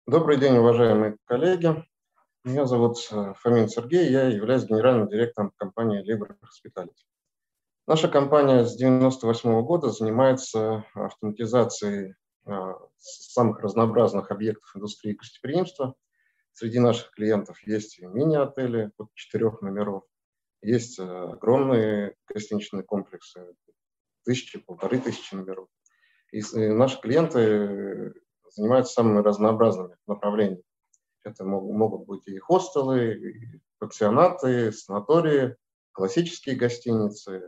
Добрый день, уважаемые коллеги. Меня зовут Фомин Сергей, я являюсь генеральным директором компании Libre Hospitality. Наша компания с 1998 года занимается автоматизацией самых разнообразных объектов индустрии гостеприимства. Среди наших клиентов есть и мини-отели от 4 номеров, есть огромные гостиничные комплексы, 1000–1500 номеров. И наши клиенты занимаются самыми разнообразными направлениями. Это могут быть и хостелы, и пансионаты, санатории, классические гостиницы.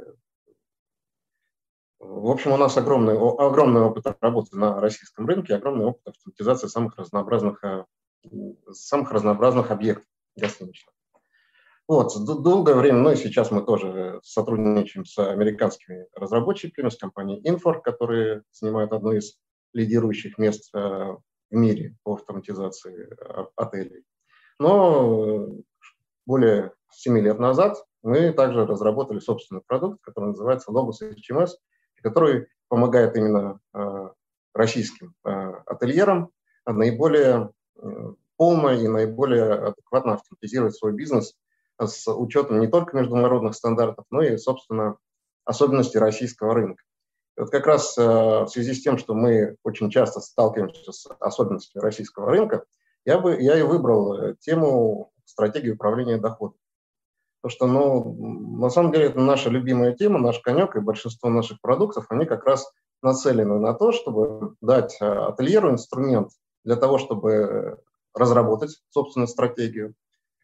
В общем, у нас огромный опыт работы на российском рынке, огромный опыт автоматизации самых разнообразных объектов гостиничных. Вот, долгое время, ну и сейчас мы тоже сотрудничаем с американскими разработчиками, с компанией Infor, которые занимают одно из лидирующих мест в мире по автоматизации отелей. Но более 7 лет назад мы также разработали собственный продукт, который называется Logos HMS, который помогает именно российским ательерам наиболее полно и наиболее адекватно автоматизировать свой бизнес с учетом не только международных стандартов, но и, собственно, особенностей российского рынка. И вот как раз в связи с тем, что мы очень часто сталкиваемся с особенностями российского рынка, я и выбрал тему стратегии управления доходом. Потому что, на самом деле, это наша любимая тема, наш конек, и большинство наших продуктов, они как раз нацелены на то, чтобы дать ательеру инструмент для того, чтобы разработать собственную стратегию,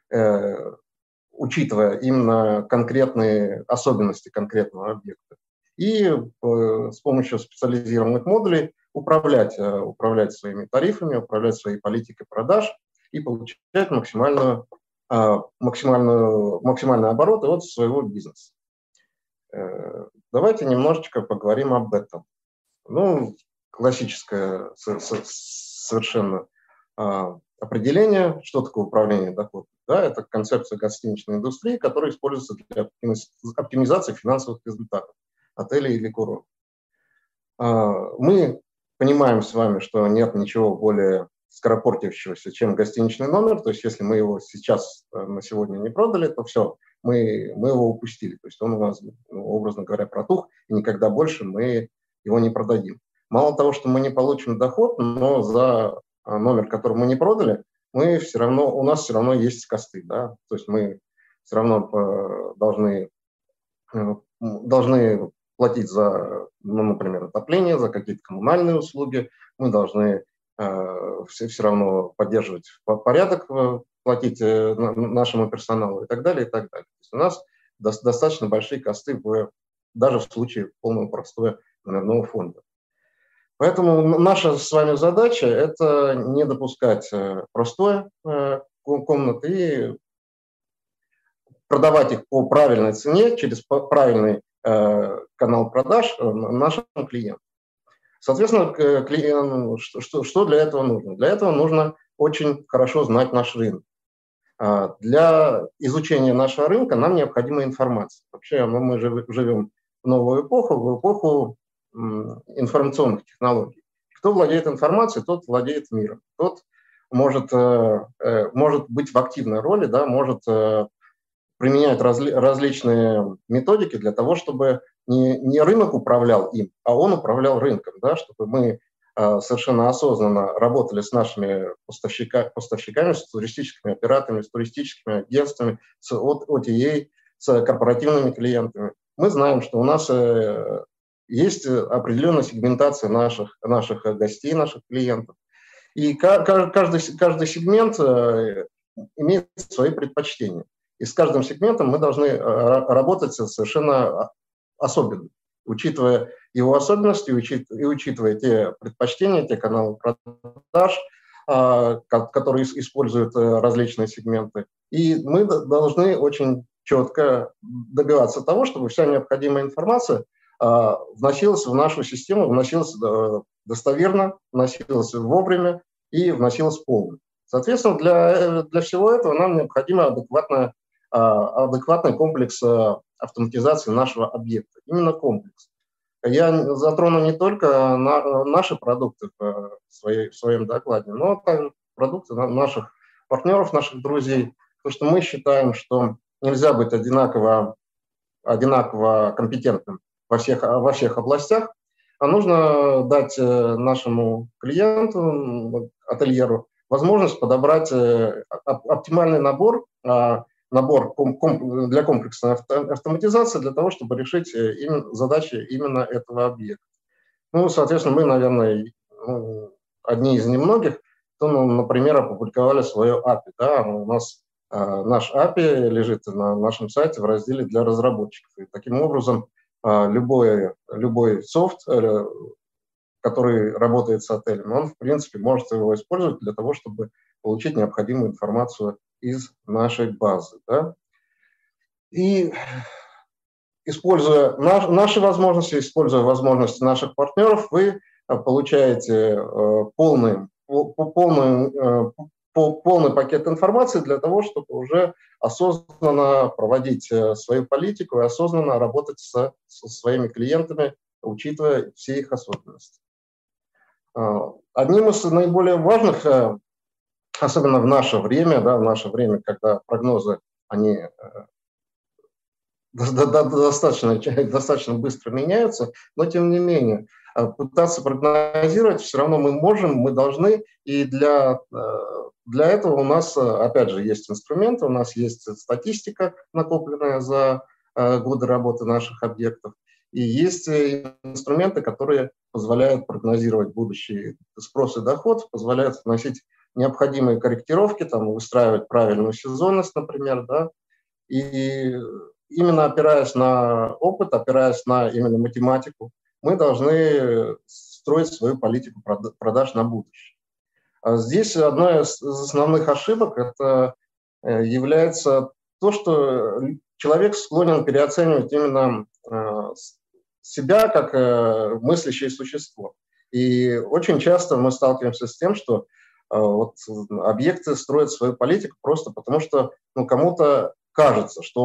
учитывая именно конкретные особенности конкретного объекта. И с помощью специализированных модулей управлять своими тарифами, управлять своей политикой продаж и получать максимальные обороты от своего бизнеса. Давайте немножечко поговорим об этом. Классическое совершенно определение, что такое управление доходом. Да, это концепция гостиничной индустрии, которая используется для оптимизации финансовых результатов отелей или курортов. Мы понимаем с вами, что нет ничего более скоропортящегося, чем гостиничный номер. То есть если мы его сейчас на сегодня не продали, то все, мы его упустили. То есть он у нас, образно говоря, протух, и никогда больше мы его не продадим. Мало того, что мы не получим доход, но за номер, который мы не продали, у нас все равно есть косты. Да? То есть мы все равно должны платить за, например, отопление, за какие-то коммунальные услуги, мы должны все равно поддерживать порядок, платить нашему персоналу и так далее, и так далее. То есть у нас достаточно большие косты даже в случае полного простоя номерного фонда. Поэтому наша с вами задача – это не допускать простоя комнат и продавать их по правильной цене через правильный канал продаж нашим клиентам. Соответственно, что для этого нужно? Для этого нужно очень хорошо знать наш рынок. Для изучения нашего рынка нам необходима информация. Вообще мы живем в новую эпоху, в эпоху информационных технологий. Кто владеет информацией, тот владеет миром. Тот может быть в активной роли, да, может применять различные методики для того, чтобы не рынок управлял им, а он управлял рынком, да, чтобы мы совершенно осознанно работали с нашими поставщиками, с туристическими операторами, с туристическими агентствами, с OTA, с корпоративными клиентами. Мы знаем, что у нас есть определенная сегментация наших гостей, наших клиентов. И каждый сегмент имеет свои предпочтения. И с каждым сегментом мы должны работать совершенно особенно, учитывая его особенности и учитывая те предпочтения, те каналы продаж, которые используют различные сегменты. И мы должны очень четко добиваться того, чтобы вся необходимая информация вносилась в нашу систему, вносилась достоверно, вносилась вовремя и вносилась полно. Соответственно, для всего этого нам необходим адекватный комплекс автоматизации нашего объекта. Именно комплекс. Я затрону не только наши продукты в своем докладе, но продукты наших партнеров, наших друзей, потому что мы считаем, что нельзя быть одинаково компетентным во всех областях, а нужно дать нашему клиенту, ательеру, возможность подобрать оптимальный набор для комплексной автоматизации для того, чтобы решить задачи именно этого объекта. Ну, соответственно, мы, наверное, одни из немногих, кто, например, опубликовали свое API. Да? У нас наш API лежит на нашем сайте в разделе для разработчиков. И таким образом любой софт, который работает с отелем, он, в принципе, может его использовать для того, чтобы получить необходимую информацию из нашей базы. Да? И используя наши возможности, используя возможности наших партнеров, вы получаете полный пакет информации для того, чтобы уже осознанно проводить свою политику и осознанно работать со своими клиентами, учитывая все их особенности. Одним из наиболее важных, особенно в наше время, когда прогнозы, они достаточно быстро меняются, но тем не менее пытаться прогнозировать все равно мы можем, мы должны, и для этого у нас, опять же, есть инструменты, у нас есть статистика, накопленная за годы работы наших объектов, и есть инструменты, которые позволяют прогнозировать будущий спрос и доход, позволяют вносить необходимые корректировки, там, выстраивать правильную сезонность, например, да, и именно опираясь на опыт, опираясь на именно математику, мы должны строить свою политику продаж на будущее. Здесь одна из основных ошибок это является то, что человек склонен переоценивать именно себя как мыслящее существо. И очень часто мы сталкиваемся с тем, что объекты строят свою политику просто потому, что кому-то кажется, что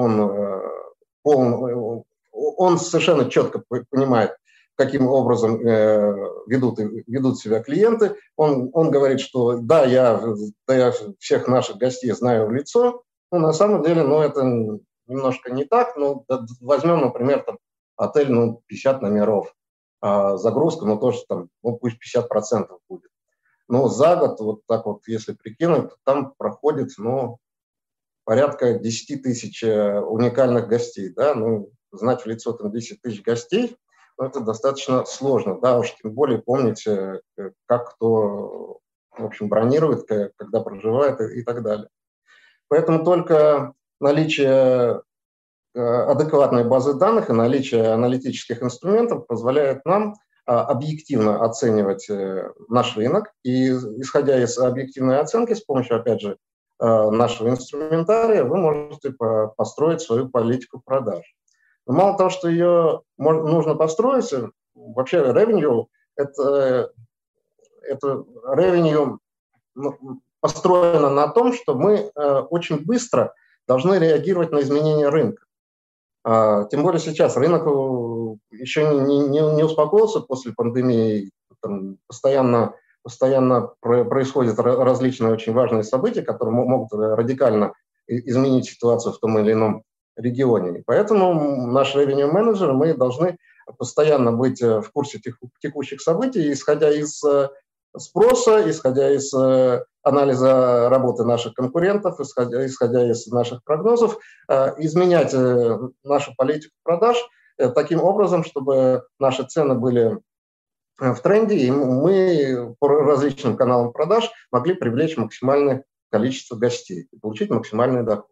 он совершенно четко понимает, каким образом ведут себя клиенты. Он говорит, что да, я всех наших гостей знаю в лицо, но на самом деле это немножко не так. Возьмем, например, отель 50 номеров, загрузка, тоже пусть 50% будет. Но за год, если прикинуть, там проходит, порядка 10 тысяч уникальных гостей, да, знать в лицо 10 тысяч гостей, это достаточно сложно, да, уж тем более помнить, как кто, в общем, бронирует, когда проживает и так далее. Поэтому только наличие адекватной базы данных и наличие аналитических инструментов позволяет нам объективно оценивать наш рынок, и, исходя из объективной оценки, с помощью, опять же, нашего инструментария, вы можете построить свою политику продаж. Но мало того, что ее нужно построить, вообще revenue – это revenue построено на том, что мы очень быстро должны реагировать на изменения рынка. Тем более сейчас рынок еще не успокоился после пандемии, постоянно происходят различные очень важные события, которые могут радикально изменить ситуацию в том или ином регионе. И поэтому наш revenue менеджер, мы должны постоянно быть в курсе текущих событий, исходя из спроса, исходя из анализа работы наших конкурентов, исходя из наших прогнозов, изменять нашу политику продаж таким образом, чтобы наши цены были в тренде, и мы по различным каналам продаж могли привлечь максимальное количество гостей и получить максимальный доход.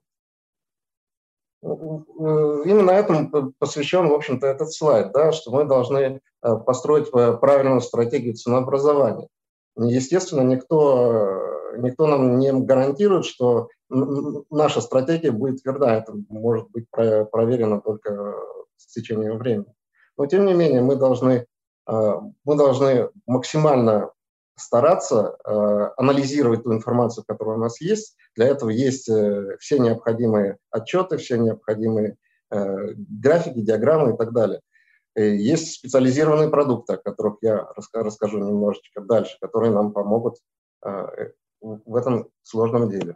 Именно этому посвящен, в общем-то, этот слайд, да, что мы должны построить правильную стратегию ценообразования. Естественно, никто нам не гарантирует, что наша стратегия будет верна. Это может быть проверено только с течением времени. Но, тем не менее, мы должны максимально стараться анализировать ту информацию, которая у нас есть. Для этого есть все необходимые отчеты, все необходимые графики, диаграммы и так далее. Есть специализированные продукты, о которых я расскажу немножечко дальше, которые нам помогут в этом сложном деле.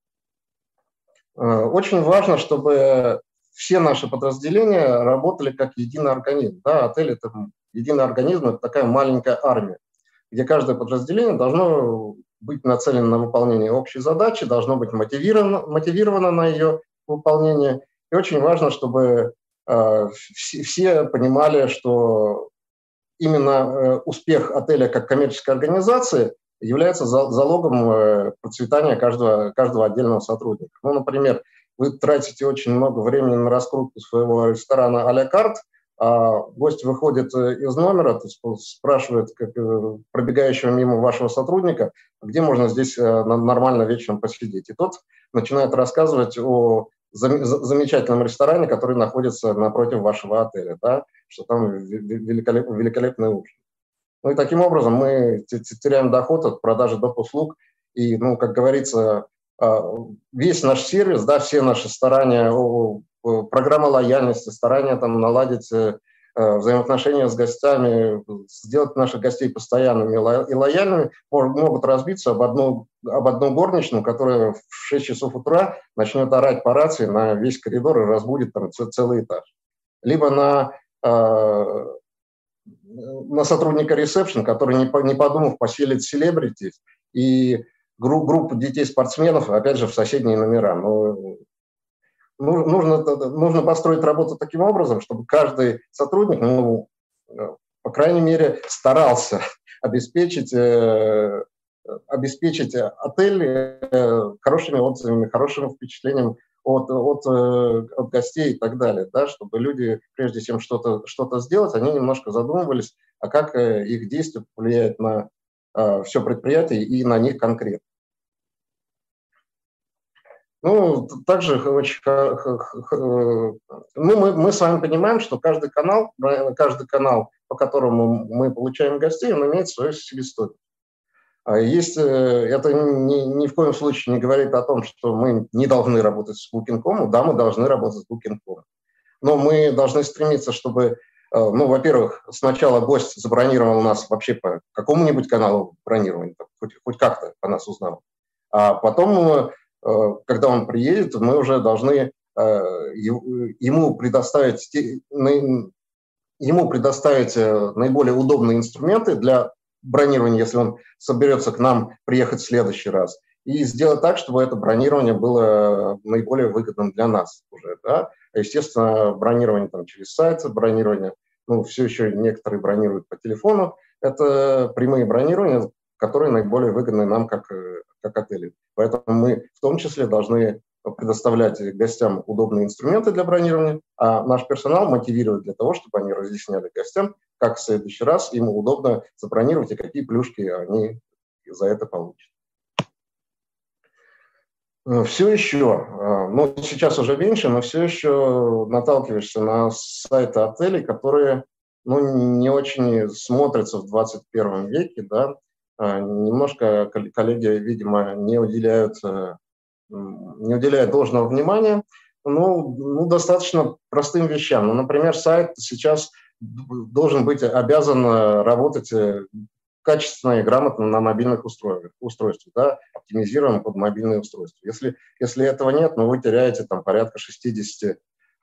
Очень важно, чтобы все наши подразделения работали как единый организм. Да, отель – это единый организм, это такая маленькая армия, где каждое подразделение должно быть нацелено на выполнение общей задачи, должно быть мотивировано на ее выполнение. И очень важно, чтобы все понимали, что именно успех отеля как коммерческой организации является залогом процветания каждого отдельного сотрудника. Ну, например, вы тратите очень много времени на раскрутку своего ресторана а-ля карт, а гость выходит из номера, спрашивает пробегающего мимо вашего сотрудника, где можно здесь нормально вечером посидеть. И тот начинает рассказывать о замечательном ресторане, который находится напротив вашего отеля, да, что там великолепный ужин. Ну и таким образом мы теряем доход от продажи доп. Услуг. И, ну, как говорится, весь наш сервис, да, все наши старания, программа лояльности, старания там наладить взаимоотношения с гостями, сделать наших гостей постоянными и лояльными, могут разбиться об одну горничную, которая в 6 часов утра начнет орать по рации на весь коридор и разбудит там целый этаж. Либо на сотрудника ресепшн, который, не подумав, поселит селебрити и группу детей-спортсменов, опять же, в соседние номера. Но нужно построить работу таким образом, чтобы каждый сотрудник, ну, по крайней мере, старался обеспечить отель хорошими отзывами, хорошим впечатлением от гостей и так далее, да, чтобы люди, прежде чем что-то сделать, они немножко задумывались, а как их действие влияет на все предприятие и на них конкретно. Ну, также очень, мы с вами понимаем, что каждый канал, по которому мы получаем гостей, он имеет свою себестоимость. Есть, это ни в коем случае не говорит о том, что мы не должны работать с Booking.com. Да, мы должны работать с Booking.com. Но мы должны стремиться, чтобы, ну, во-первых, сначала гость забронировал нас вообще по какому-нибудь каналу бронирования, хоть как-то по нас узнал. А потом, когда он приедет, мы уже должны ему предоставить наиболее удобные инструменты для бронирования, если он соберется к нам приехать в следующий раз, и сделать так, чтобы это бронирование было наиболее выгодным для нас уже. Да? Естественно, бронирование там, через сайт, бронирование, ну, все еще некоторые бронируют по телефону, это прямые бронирования, которые наиболее выгодны нам как отели. Поэтому мы в том числе должны предоставлять гостям удобные инструменты для бронирования, а наш персонал мотивировать для того, чтобы они разъясняли гостям, как в следующий раз им удобно забронировать и какие плюшки они за это получат. Все еще, ну сейчас уже меньше, но все еще наталкиваешься на сайты отелей, которые, ну, не очень смотрятся в 21 веке, да, немножко коллеги, видимо, не уделяют должного внимания, ну, достаточно простым вещам. Ну, например, сайт сейчас должен быть обязан работать качественно и грамотно на мобильных устройствах, да, оптимизирован под мобильные устройства. Если этого нет, ну, вы теряете там порядка 60%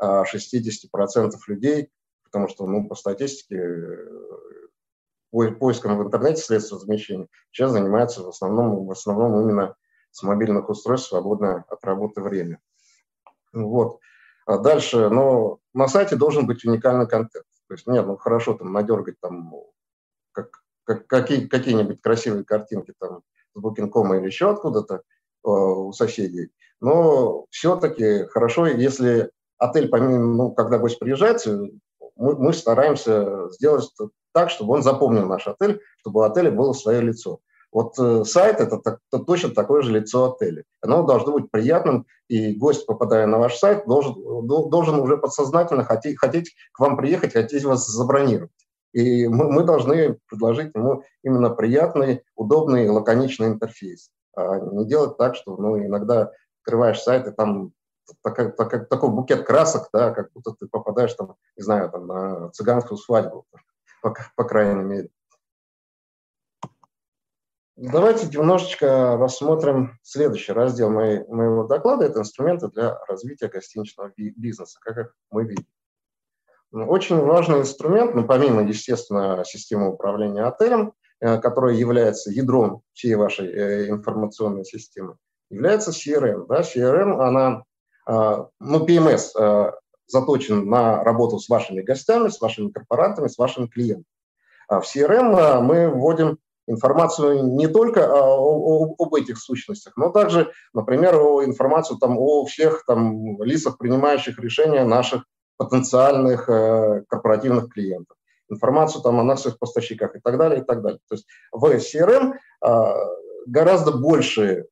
людей, потому что, ну, по статистике, поиском в интернете средств размещения сейчас занимаются в основном именно с мобильных устройств, свободное от работы время. Вот. А дальше, но на сайте должен быть уникальный контент. То есть, нет, ну хорошо, там надергать там какие-нибудь красивые картинки там с Booking.com или еще откуда-то у соседей, но все-таки хорошо, если отель, помимо, ну, когда гость приезжает, мы стараемся сделать так, чтобы он запомнил наш отель, чтобы у отеля было свое лицо. Вот сайт – это точно такое же лицо отеля. Оно должно быть приятным, и гость, попадая на ваш сайт, должен уже подсознательно хотеть к вам приехать, хотеть вас забронировать. И мы должны предложить ему именно приятный, удобный, лаконичный интерфейс. А не делать так, что, ну, иногда открываешь сайт, и там такой букет красок, да, как будто ты попадаешь там, не знаю, там, на цыганскую свадьбу, по крайней мере. Давайте немножечко рассмотрим следующий раздел моего доклада. Это инструменты для развития гостиничного бизнеса, как их мы видим. Очень важный инструмент, ну, помимо, естественно, системы управления отелем, которая является ядром всей вашей информационной системы, является CRM. Да? CRM, она, ну, PMS заточен на работу с вашими гостями, с вашими корпорантами, с вашими клиентами. А в CRM мы вводим информацию не только об этих сущностях, но также, например, информацию там, о всех там, лицах, принимающих решения наших потенциальных корпоративных клиентов, информацию там, о наших поставщиках и так далее, и так далее. То есть в CRM гораздо больший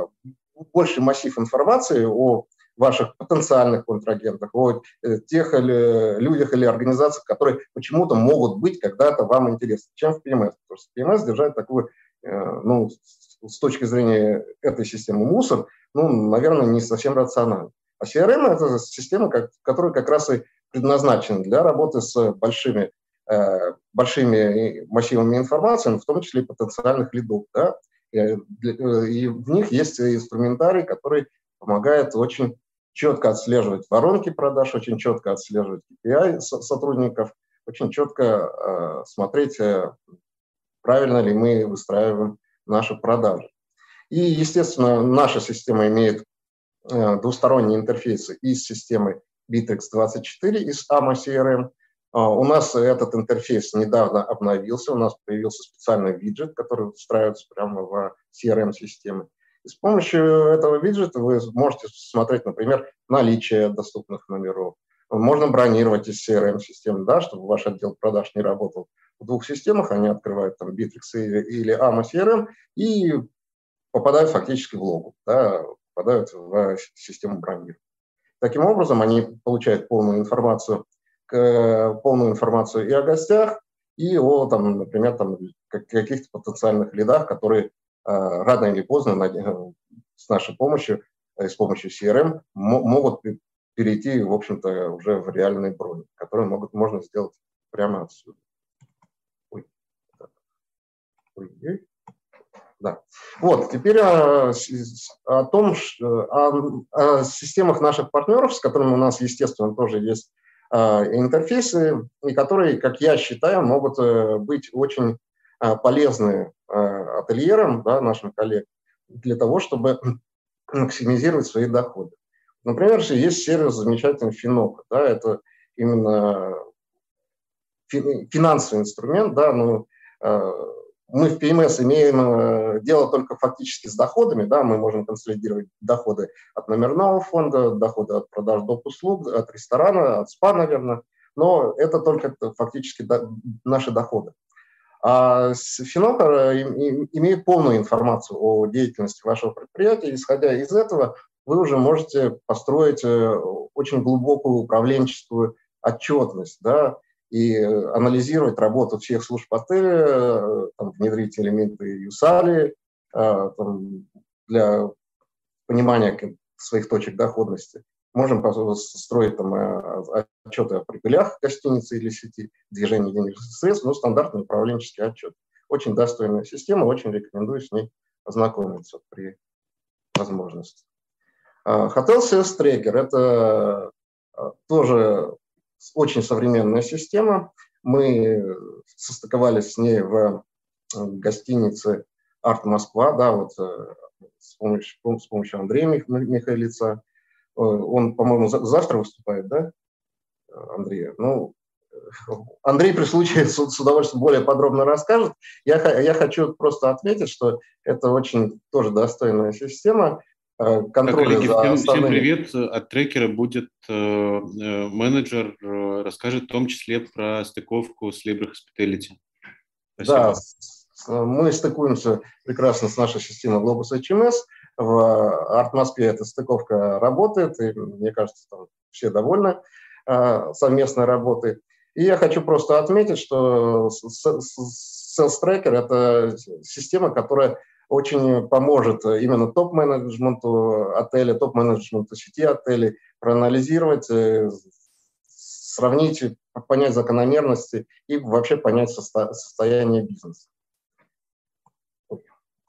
массив информации о ваших потенциальных контрагентах, о тех людях или организациях, которые почему-то могут быть когда-то вам интересны, чем в PMS. Потому что PMS держать такой, ну, с точки зрения этой системы мусор, ну, наверное, не совсем рационально. А CRM – это система, которая как раз и предназначена для работы с большими массивами информации, в том числе и потенциальных лидов. Да? И в них есть инструментарий, который помогает очень четко отслеживать воронки продаж, очень четко отслеживать KPI сотрудников, очень четко смотреть, правильно ли мы выстраиваем наши продажи. И, естественно, наша система имеет двусторонние интерфейсы из системы Bittrex24, из AMA CRM. У нас этот интерфейс недавно обновился, у нас появился специальный виджет, который встраивается прямо в CRM-системы. И с помощью этого виджета вы можете смотреть, например, наличие доступных номеров. Можно бронировать из CRM-систем, да, чтобы ваш отдел продаж не работал в двух системах, они открывают там Bittrex или AMA CRM и попадают фактически в логу, да, попадают в систему бронирования. Таким образом, они получают полную информацию и о гостях, и о, там, например, там, каких-то потенциальных лидах, которые рано или поздно с нашей помощью, с помощью CRM могут перейти, в общем-то, уже в реальные брони, которые можно сделать прямо отсюда. Да. Вот, теперь о системах наших партнеров, с которыми у нас, естественно, тоже есть интерфейсы, и которые, как я считаю, могут быть очень полезны ательерам, да, нашим коллегам, для того, чтобы максимизировать свои доходы. Например, есть сервис замечательный Finoka, да, это именно финансовый инструмент, да, но мы в PMS имеем дело только фактически с доходами, да, мы можем консолидировать доходы от номерного фонда, доходы от продаж доп. Услуг, от ресторана, от СПА, наверное, но это только фактически наши доходы. А Finoka имеет полную информацию о деятельности вашего предприятия, исходя из этого вы уже можете построить очень глубокую управленческую отчетность, да, и анализировать работу всех служб отеля, там, внедрить элементы USALI для понимания своих точек доходности. Можем строить там отчеты о прибылях гостиницы или сети, движении денежных средств, но стандартный управленческий отчет. Очень достойная система, очень рекомендую с ней ознакомиться при возможности. Hotel Sales Tracker – это тоже очень современная система. Мы состыковались с ней в гостинице «Арт Москва», да, вот с помощью Андрея Михайлица. Он, по-моему, завтра выступает, да, Андрей? Ну, Андрей при случае с удовольствием более подробно расскажет. Я хочу просто отметить, что это очень тоже достойная система. Коллеги, всем привет. От трекера будет менеджер, расскажет в том числе про стыковку с Libre Hospitality. Спасибо. Да, мы стыкуемся прекрасно с нашей системой Globus HMS. В Арт Москве эта стыковка работает, и мне кажется, там все довольны совместной работой. И я хочу просто отметить, что Sales Tracker – это система, которая очень поможет именно топ-менеджменту отеля, топ-менеджменту сети отелей проанализировать, сравнить, понять закономерности и вообще понять состояние бизнеса.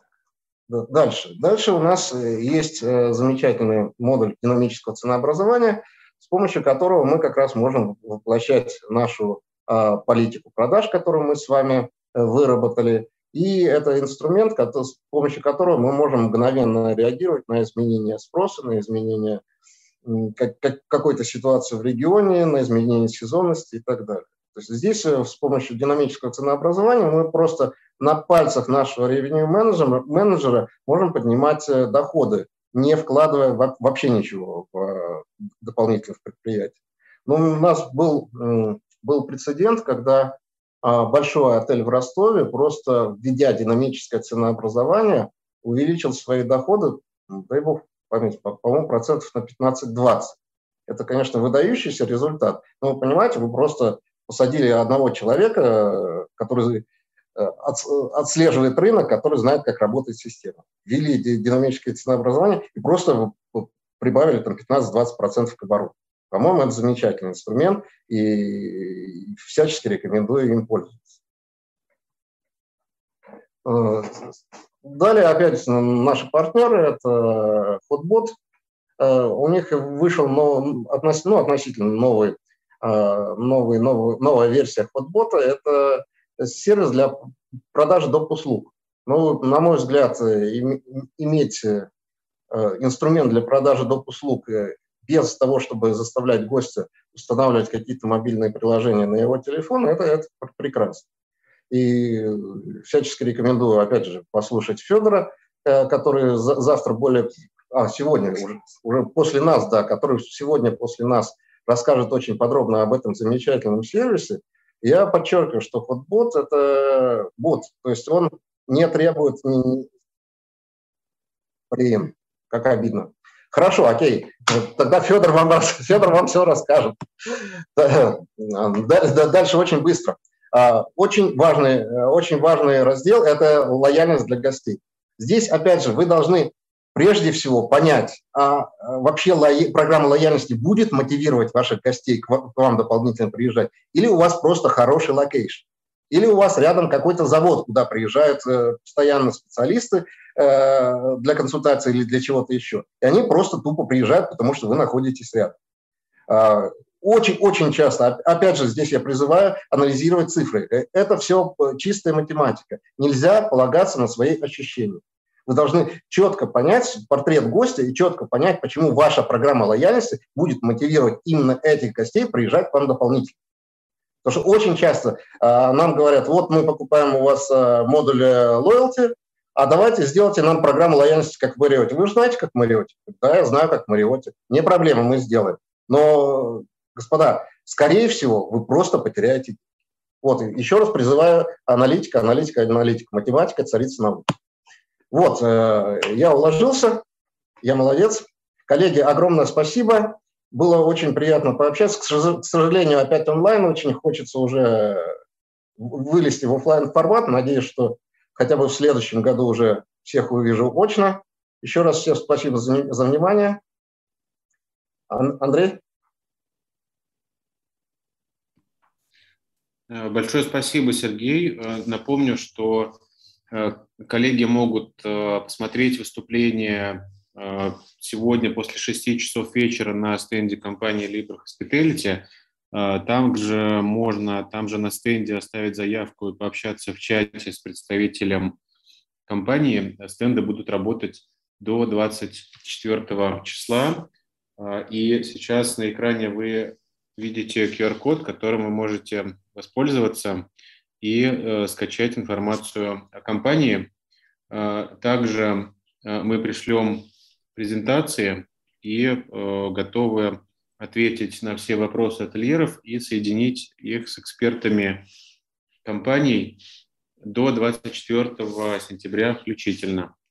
Дальше у нас есть замечательный модуль динамического ценообразования, с помощью которого мы как раз можем воплощать нашу политику продаж, которую мы с вами выработали. И это инструмент, с помощью которого мы можем мгновенно реагировать на изменения спроса, на изменения какой-то ситуации в регионе, на изменение сезонности и так далее. То есть здесь с помощью динамического ценообразования мы просто на пальцах нашего revenue менеджера можем поднимать доходы, не вкладывая вообще ничего в дополнительных предприятий. Но у нас был прецедент, когда большой отель в Ростове, просто введя динамическое ценообразование, увеличил свои доходы, дай бог память, по-моему, процентов на 15-20. Это, конечно, выдающийся результат. Но вы понимаете, вы просто посадили одного человека, который отслеживает рынок, который знает, как работает система. Ввели динамическое ценообразование и просто прибавили там 15-20% к обороту. По-моему, это замечательный инструмент, и всячески рекомендую им пользоваться. Далее, опять наши партнеры, это Hotbot. У них вышел относительно новая версия Hotbot. Это сервис для продажи доп. Услуг. Ну, на мой взгляд, иметь инструмент для продажи доп. Услуг без того, чтобы заставлять гостя устанавливать какие-то мобильные приложения на его телефон, это прекрасно. И всячески рекомендую, опять же, послушать Федора, который сегодня уже после нас, да, который сегодня после нас расскажет очень подробно об этом замечательном сервисе. Я подчеркиваю, что Hotbot – это бот, то есть он не требует… Блин, как обидно. Хорошо, окей. Тогда Федор вам все расскажет. Дальше очень быстро. Очень важный раздел – это лояльность для гостей. Здесь, опять же, вы должны прежде всего понять, вообще программа лояльности будет мотивировать ваших гостей к вам дополнительно приезжать, или у вас просто хороший локейшн, или у вас рядом какой-то завод, куда приезжают постоянно специалисты для консультации или для чего-то еще. И они просто тупо приезжают, потому что вы находитесь рядом. Очень часто, опять же, здесь я призываю анализировать цифры. Это все чистая математика. Нельзя полагаться на свои ощущения. Вы должны четко понять портрет гостя и четко понять, почему ваша программа лояльности будет мотивировать именно этих гостей приезжать к вам дополнительно. Потому что очень часто нам говорят, вот мы покупаем у вас модуль loyalty, а давайте сделайте нам программу лояльности, как в Marriott. Вы же знаете, как в Marriott? Да, я знаю, как в Marriott. Не проблема, мы сделаем. Но, господа, скорее всего, вы просто потеряете. Вот, еще раз призываю аналитика. Математика царица науки. Вот, я уложился, я молодец. Коллеги, огромное спасибо. Было очень приятно пообщаться. К сожалению, опять онлайн. Очень хочется уже вылезти в офлайн формат. Надеюсь, что хотя бы в следующем году уже всех увижу очно. Еще раз всем спасибо за внимание. Андрей? Большое спасибо, Сергей. Напомню, что коллеги могут посмотреть выступление сегодня после 6 часов вечера на стенде компании Libre Hospitality. Там же на стенде оставить заявку и пообщаться в чате с представителем компании. Стенды будут работать до 24 числа. И сейчас на экране вы видите QR-код, которым вы можете воспользоваться и скачать информацию о компании. Также мы пришлем презентации и готовы ответить на все вопросы ательеров и соединить их с экспертами компаний до 24 сентября включительно.